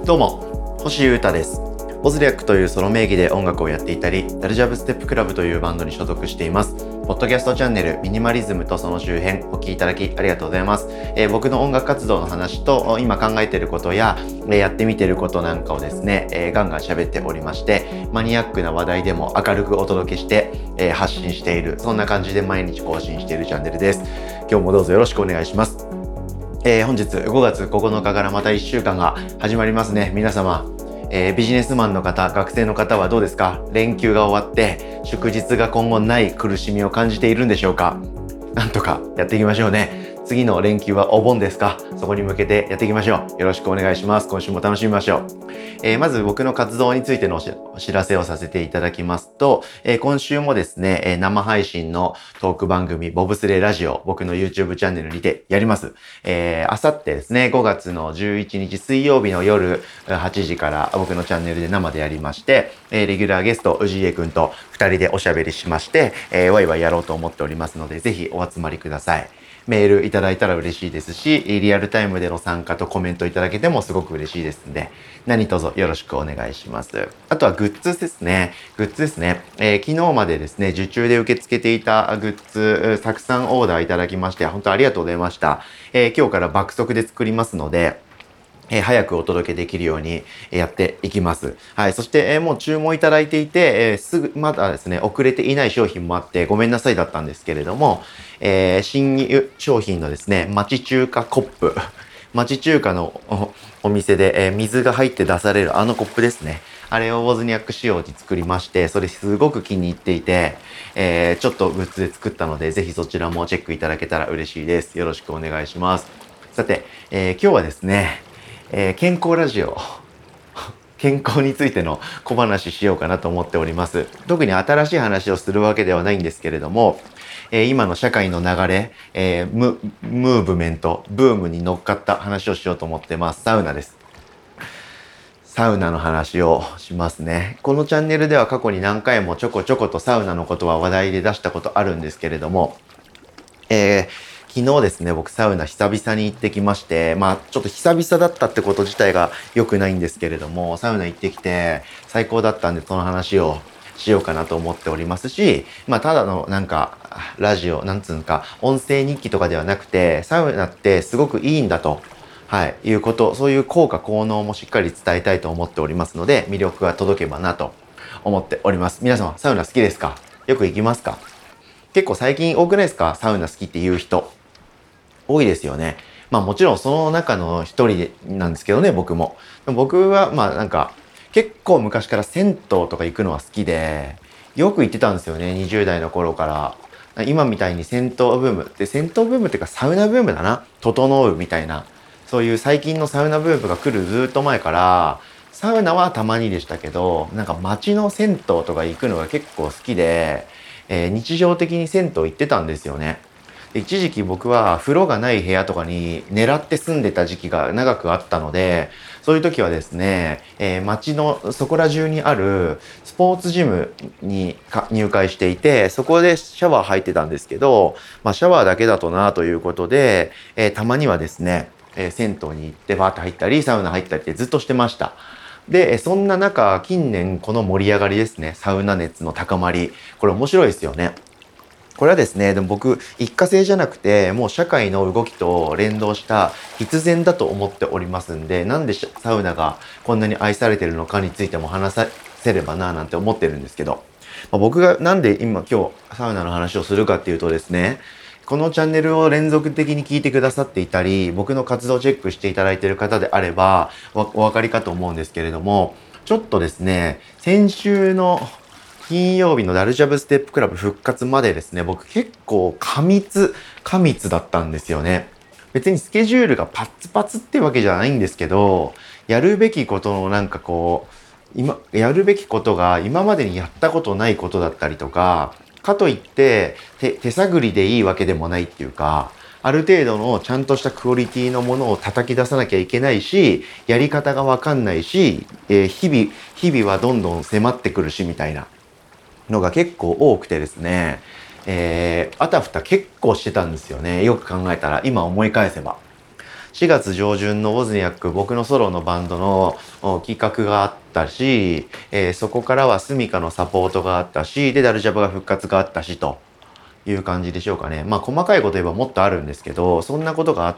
どうも、星優太です。オズリャックというソロ名義で音楽をやっていたり、ダルジャブステップクラブというバンドに所属しています。ポッドキャストチャンネルミニマリズムとその周辺お聞きいただきありがとうございます。僕の音楽活動の話と今考えていることや、やってみていることなんかをですね、ガンガン喋っておりまして、マニアックな話題でも明るくお届けして、発信している、そんな感じで毎日更新しているチャンネルです。今日もどうぞよろしくお願いします。本日5月9日からまた1週間が始まりますね。皆様、ビジネスマンの方、学生の方はどうですか？連休が終わって祝日が今後ない苦しみを感じているんでしょうか？なんとかやっていきましょうね。次の連休はお盆ですか？そこに向けてやっていきましょう。よろしくお願いします。今週も楽しみましょう。まず僕の活動についてのお知らせをさせていただきますと、今週もですね、生配信のトーク番組ボブスレーラジオ、僕の YouTube チャンネルにてやります。あさってですね、5月の11日水曜日の夜8時から僕のチャンネルで生でやりまして、レギュラーゲスト氏家くんと2人でおしゃべりしまして、ワイワイやろうと思っておりますので、ぜひお集まりください。メールいただいたら嬉しいですし、リアルタイムでの参加とコメントいただけてもすごく嬉しいですので、何卒よろしくお願いします。あとはグッズですね。昨日までですね、受注で受け付けていたグッズ、たくさんオーダーいただきまして、本当ありがとうございました。今日から爆速で作りますので、早くお届けできるようにやっていきます。はい。そして、もう注文いただいていて、まだですね、遅れていない商品もあってごめんなさいだったんですけれども、新商品のですね、町中華コップ。町中華のお店で、水が入って出されるあのコップですね。あれをウォズニャック仕様に作りまして、それすごく気に入っていて、ちょっとグッズで作ったので、ぜひそちらもチェックいただけたら嬉しいです。よろしくお願いします。さて、今日はですね、健康ラジオ健康についての小話しようかなと思っております。特に新しい話をするわけではないんですけれども、今の社会の流れ、ムーブメント、ブームに乗っかった話をしようと思ってます。サウナです。サウナの話をしますね。このチャンネルでは過去に何回もちょこちょことサウナのことは話題で出したことあるんですけれども、昨日ですね、僕サウナ久々に行ってきまして、ちょっと久々だったってこと自体が良くないんですけれども、サウナ行ってきて最高だったんで、その話をしようかなと思っておりますし、ただのラジオ、音声日記とかではなくて、サウナってすごくいいんだと、いうこと、そういう効果効能もしっかり伝えたいと思っておりますので、魅力が届けばなと思っております。皆様、サウナ好きですか？よく行きますか？結構最近多くないですか？サウナ好きっていう人。多いですよね。もちろんその中の一人なんですけどね、僕も。僕は結構昔から銭湯とか行くのは好きで、よく行ってたんですよね、20代の頃から。今みたいに銭湯ブーム。で、銭湯ブームっていうかサウナブームだな。整うみたいな。そういう最近のサウナブームが来るずっと前から、サウナはたまにでしたけど、街の銭湯とか行くのが結構好きで、日常的に銭湯行ってたんですよね。一時期僕は風呂がない部屋とかに狙って住んでた時期が長くあったので、そういう時はですね、街のそこら中にあるスポーツジムに入会していて、そこでシャワー入ってたんですけど、シャワーだけだとなということで、たまにはですね、銭湯に行ってバーッと入ったり、サウナ入ったりってずっとしてました。で、そんな中、近年この盛り上がりですね、サウナ熱の高まり、これ面白いですよね。これはですね、でも僕、一過性じゃなくて、もう社会の動きと連動した必然だと思っておりますんで、なんでサウナがこんなに愛されてるのかについても話せればななんて思ってるんですけど、僕がなんで今日サウナの話をするかっていうとですね、このチャンネルを連続的に聞いてくださっていたり、僕の活動をチェックしていただいている方であればお分かりかと思うんですけれども、ちょっとですね、先週の金曜日のダルジャブステップクラブ復活までですね、僕結構過密だったんですよね。別にスケジュールがパツパツってわけじゃないんですけど、やるべきことのやるべきことが今までにやったことないことだったりとか、かといって手探りでいいわけでもないっていうか、ある程度のちゃんとしたクオリティのものを叩き出さなきゃいけないし、やり方がわかんないし、日々はどんどん迫ってくるしみたいなのが結構多くてですね、あたふた結構してたんですよね。よく考えたら、今思い返せば。 4月上旬のウォズニャック、僕のソロのバンドの企画があったし、そこからはスミカのサポートがあったし、で、ダルジャブが復活があったし、という感じでしょうかね。まあ、細かいこと言えばもっとあるんですけど、そんなことがあって、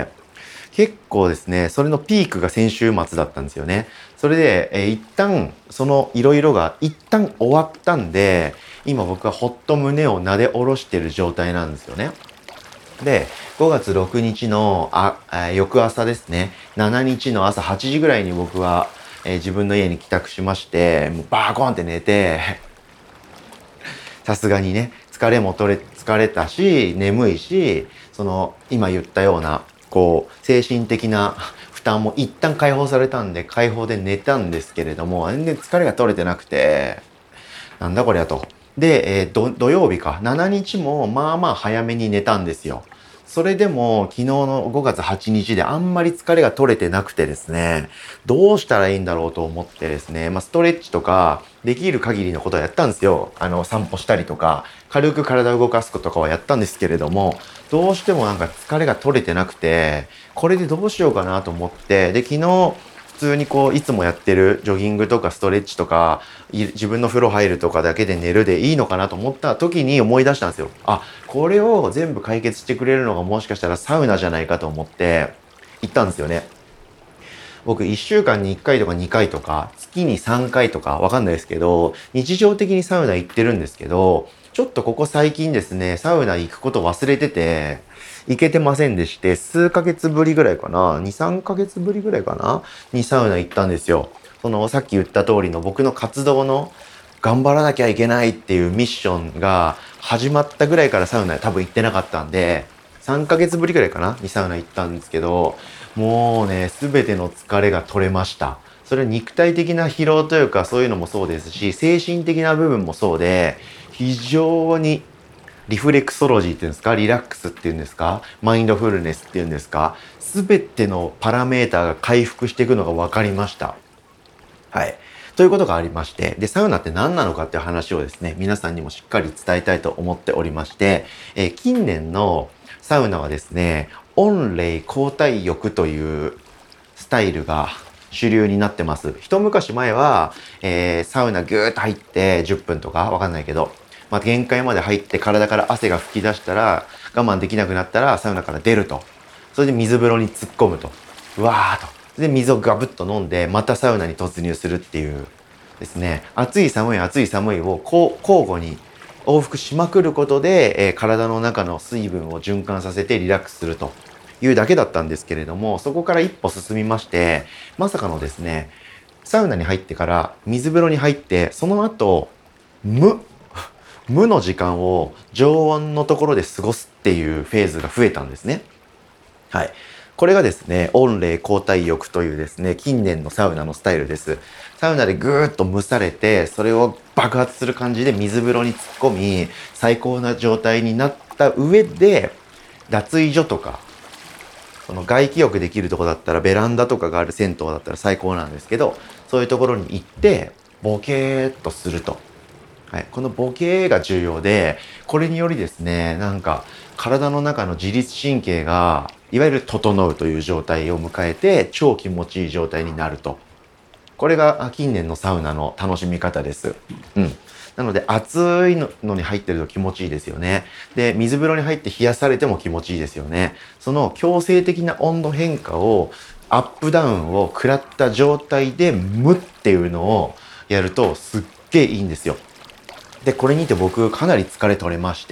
結構ですね、それのピークが先週末だったんですよね。それで、一旦、そのいろいろが一旦終わったんで、今僕はほっと胸をなで下ろしてる状態なんですよね。で、5月6日の翌朝ですね、7日の朝8時ぐらいに僕は、自分の家に帰宅しまして、もうバーコンって寝て、さすがにね、疲れたし、眠いし、今言ったような、精神的な負担も一旦解放されたんで、解放で寝たんですけれども、全然疲れが取れてなくて、なんだこりゃと。で、土曜日か、7日もまあまあ早めに寝たんですよ。それでも昨日の5月8日であんまり疲れが取れてなくてですね、どうしたらいいんだろうと思ってですね、ストレッチとかできる限りのことはやったんですよ。散歩したりとか、軽く体を動かすこととかはやったんですけれども、どうしてもなんか疲れが取れてなくて、これでどうしようかなと思って、で、昨日、普通にいつもやってるジョギングとかストレッチとか、自分の風呂入るとかだけで寝るでいいのかなと思った時に思い出したんですよ。あ、これを全部解決してくれるのがもしかしたらサウナじゃないかと思って行ったんですよね。僕1週間に1回とか2回とか、月に3回とかわかんないですけど、日常的にサウナ行ってるんですけど、ちょっとここ最近ですね、サウナ行くこと忘れてて、行けてませんでして、数ヶ月ぶりぐらいかな、2、3ヶ月ぶりぐらいかな、にサウナ行ったんですよ。さっき言った通りの僕の活動の頑張らなきゃいけないっていうミッションが始まったぐらいからサウナ多分行ってなかったんで、3ヶ月ぶりぐらいかなにサウナ行ったんですけど、もうね、すべての疲れが取れました。それは肉体的な疲労というかそういうのもそうですし、精神的な部分もそうで、非常にリフレクソロジーっていうんですか、リラックスっていうんですか、マインドフルネスっていうんですか、すべてのパラメーターが回復していくのが分かりました。はい。ということがありまして、で、サウナって何なのかっていう話をですね、皆さんにもしっかり伝えたいと思っておりまして、近年のサウナはですね、温冷交代浴というスタイルが主流になってます。一昔前は、サウナぐーっと入って10分とかわかんないけど、限界まで入って体から汗が吹き出したら、我慢できなくなったらサウナから出ると。それで水風呂に突っ込むと。うわーと。で、水をガブッと飲んで、またサウナに突入するっていうですね、暑い寒い暑い寒いを交互に往復しまくることで、体の中の水分を循環させてリラックスするというだけだったんですけれども、そこから一歩進みまして、まさかのですね、サウナに入ってから水風呂に入って、その後、無の時間を常温のところで過ごすっていうフェーズが増えたんですね。はい。これがですね、温冷交代浴というですね、近年のサウナのスタイルです。サウナでぐーっと蒸されて、それを爆発する感じで水風呂に突っ込み、最高な状態になった上で、脱衣所とか、その外気浴できるとこだったらベランダとかがある銭湯だったら最高なんですけど、そういうところに行って、ボケーっとすると。はい、このボケが重要で、これによりですね、なんか体の中の自律神経がいわゆる整うという状態を迎えて超気持ちいい状態になると。これが近年のサウナの楽しみ方です。うん。なので暑いのに入ってると気持ちいいですよね。で、水風呂に入って冷やされても気持ちいいですよね。その強制的な温度変化をアップダウンを食らった状態で無っていうのをやるとすっげえいいんですよ。で、これにて僕かなり疲れ取れまして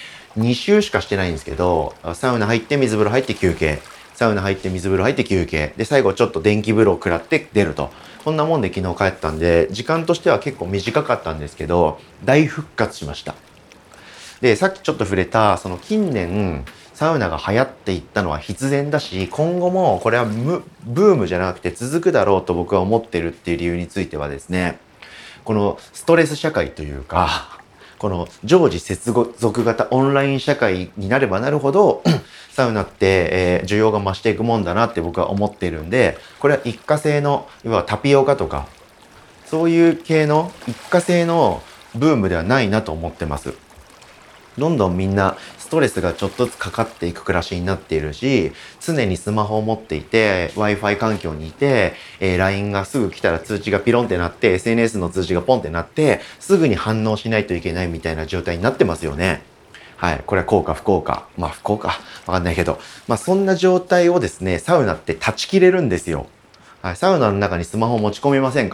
、2週しかしてないんですけど、サウナ入って水風呂入って休憩。サウナ入って水風呂入って休憩。で、最後ちょっと電気風呂を食らって出ると。こんなもんで昨日帰ったんで、時間としては結構短かったんですけど、大復活しました。で、さっきちょっと触れた、その近年、サウナが流行っていったのは必然だし、今後もこれはブームじゃなくて続くだろうと僕は思ってるっていう理由についてはですね、このストレス社会というか、この常時接続型オンライン社会になればなるほど、サウナって、需要が増していくもんだなって僕は思っているんで、これは一過性の、要はタピオカとか、そういう系の一過性のブームではないなと思ってます。 どんどんみんなストレスがちょっとずつかかっていく暮らしになっているし、常にスマホを持っていて、Wi-Fi 環境にいて、LINE がすぐ来たら通知がピロンってなって、SNS の通知がポンってなって、すぐに反応しないといけないみたいな状態になってますよね。はい。これは効果不効果。まあ不効果。わかんないけど。まあそんな状態をですね、サウナって断ち切れるんですよ。はい。サウナの中にスマホ持ち込めませんから、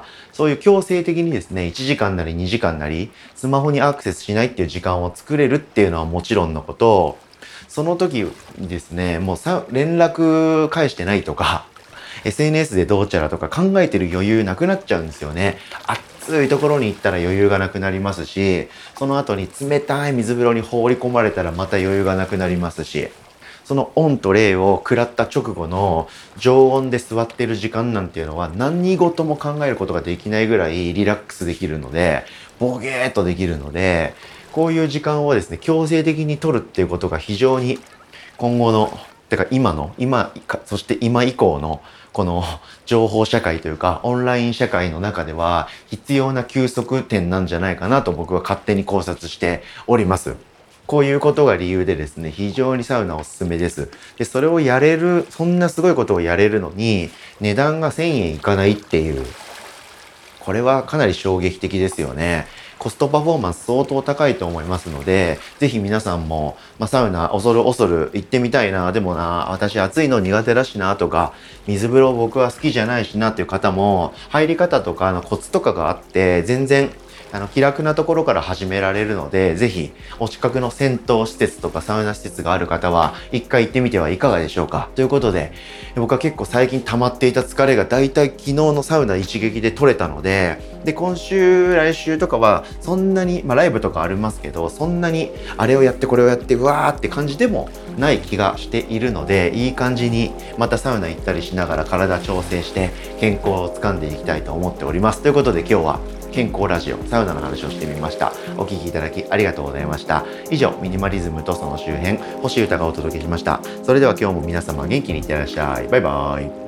そういう強制的にですね、1時間なり2時間なり、スマホにアクセスしないっていう時間を作れるっていうのはもちろんのこと、その時にですね、もう連絡返してないとか、SNS でどうちゃらとか考えてる余裕なくなっちゃうんですよね。暑いところに行ったら余裕がなくなりますし、その後に冷たい水風呂に放り込まれたらまた余裕がなくなりますし、そのオンとレイを食らった直後の常温で座ってる時間なんていうのは何事も考えることができないぐらいリラックスできるので、ボゲーっとできるので、こういう時間をですね、強制的に取るっていうことが非常に今後の、てかそして今以降のこの情報社会というかオンライン社会の中では必要な休息点なんじゃないかなと僕は勝手に考察しております。こういうことが理由でですね、非常にサウナおすすめです。で、それをやれる、そんなすごいことをやれるのに、値段が1000円いかないっていう、これはかなり衝撃的ですよね。コストパフォーマンス相当高いと思いますので、ぜひ皆さんも、サウナ恐る行ってみたいな、でもな、私暑いの苦手だしなとか、水風呂僕は好きじゃないしなっていう方も、入り方とかコツとかがあって、全然気楽なところから始められるので、ぜひ、お近くの銭湯施設とかサウナ施設がある方は、一回行ってみてはいかがでしょうか。ということで、僕は結構最近溜まっていた疲れがだいたい昨日のサウナ一撃で取れたので、今週、来週とかは、そんなに、ライブとかありますけど、そんなに、あれをやってこれをやって、うわーって感じでもない気がしているので、いい感じに、またサウナ行ったりしながら体調整して、健康をつかんでいきたいと思っております。ということで今日は、健康ラジオサウナの話をしてみました。お聞きいただきありがとうございました。以上、ミニマリズムとその周辺、星歌がお届けしました。それでは今日も皆様元気にいってらっしゃい。バイバイ。